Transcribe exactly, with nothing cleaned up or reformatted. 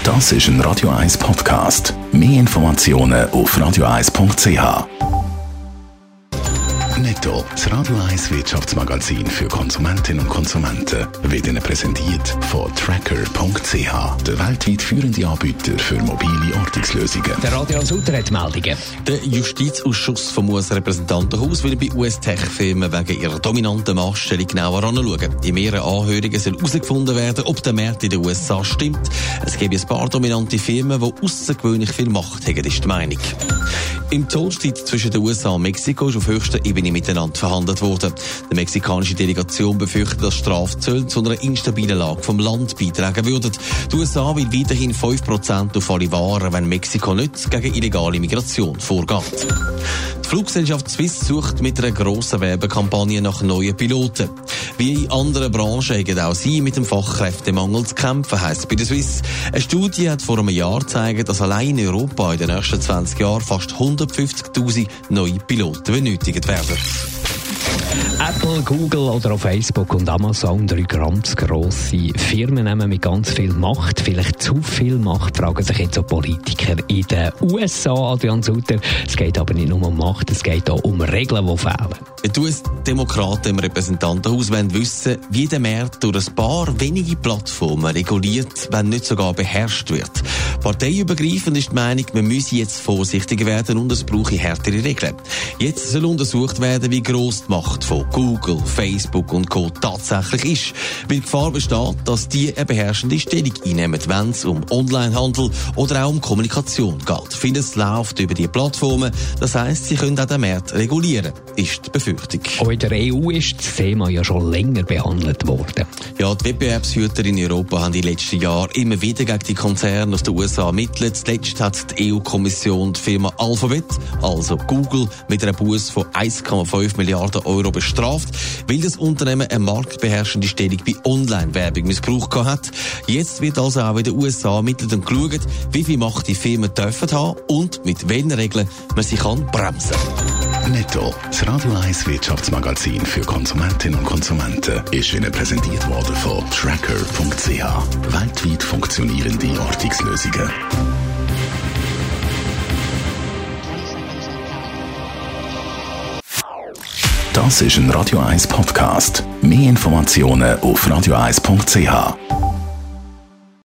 Das ist ein Radio eins Podcast. Mehr Informationen auf radio eins punkt c h. Netto, das Radio eins Wirtschaftsmagazin für Konsumentinnen und Konsumenten, wird Ihnen präsentiert von Tracker punkt c h, der weltweit führende Anbieter für mobile Ortungslösungen. Der Radio Sutter hat Meldungen. Der Justizausschuss vom U S-Repräsentantenhaus will bei U S-Tech-Firmen wegen ihrer dominanten Machtstellung genauer anschauen. In mehreren Anhörungen soll herausgefunden werden, ob der Markt in den U S A stimmt. Es gibt ein paar dominante Firmen, die außergewöhnlich viel Macht haben, ist die Meinung. Im Zollstreit zwischen den U S A und Mexiko ist auf höchster Ebene miteinander verhandelt worden. Die mexikanische Delegation befürchtet, dass Strafzölle zu einer instabilen Lage vom Land beitragen würden. Die U S A will weiterhin fünf Prozent auf alle Waren, wenn Mexiko nicht gegen illegale Migration vorgeht. Die Fluggesellschaft Swiss sucht mit einer grossen Werbekampagne nach neuen Piloten. Wie in anderen Branchen haben auch sie mit dem Fachkräftemangel zu kämpfen, heisst es bei der Swiss. Eine Studie hat vor einem Jahr gezeigt, dass allein in Europa in den nächsten zwanzig Jahren fast hundertfünfzigtausend neue Piloten benötigt werden. Apple, Google oder auch Facebook und Amazon, drei ganz grosse Firmen nehmen mit ganz viel Macht, vielleicht zu viel Macht, fragen sich jetzt auch Politiker in den U S A, Adrian Sutter. Es geht aber nicht nur um Macht, es geht auch um Regeln, die fehlen. Die U S-Demokraten im Repräsentantenhaus wollen wissen, wie der Markt durch ein paar wenige Plattformen reguliert, wenn nicht sogar beherrscht wird. Parteiübergreifend ist die Meinung, man müsse jetzt vorsichtiger werden und es brauche härtere Regeln. Jetzt soll untersucht werden, wie gross die Macht von Google, Facebook und Co. tatsächlich ist. Weil die Gefahr besteht, dass die eine beherrschende Stellung einnehmen, wenn es um Onlinehandel oder auch um Kommunikation geht. Vieles läuft über die Plattformen, das heisst, sie können auch den Markt regulieren, ist die Befürchtung. Auch in der E U ist das Thema ja schon länger behandelt worden. Ja, die Wettbewerbshüter in Europa haben in den letzten Jahren immer wieder gegen die Konzerne aus den U S A ermittelt. Zuletzt hat die E U-Kommission die Firma Alphabet, also Google, mit einer Busse von eins Komma fünf Milliarden Euro bestraft, weil das Unternehmen eine marktbeherrschende Stellung bei Online-Werbung missbraucht hat. Jetzt wird also auch in den U S A ermittelt und geschaut, wie viel Macht die Firmen dürfen haben und mit welchen Regeln man sie kann bremsen. Netto, das Radio eins Wirtschaftsmagazin für Konsumentinnen und Konsumenten, ist Ihnen präsentiert worden von Tracker punkt c h, weltweit funktionierende Ortungslösungen. Das ist ein Radio eins Podcast. Mehr Informationen auf radio eins punkt c h.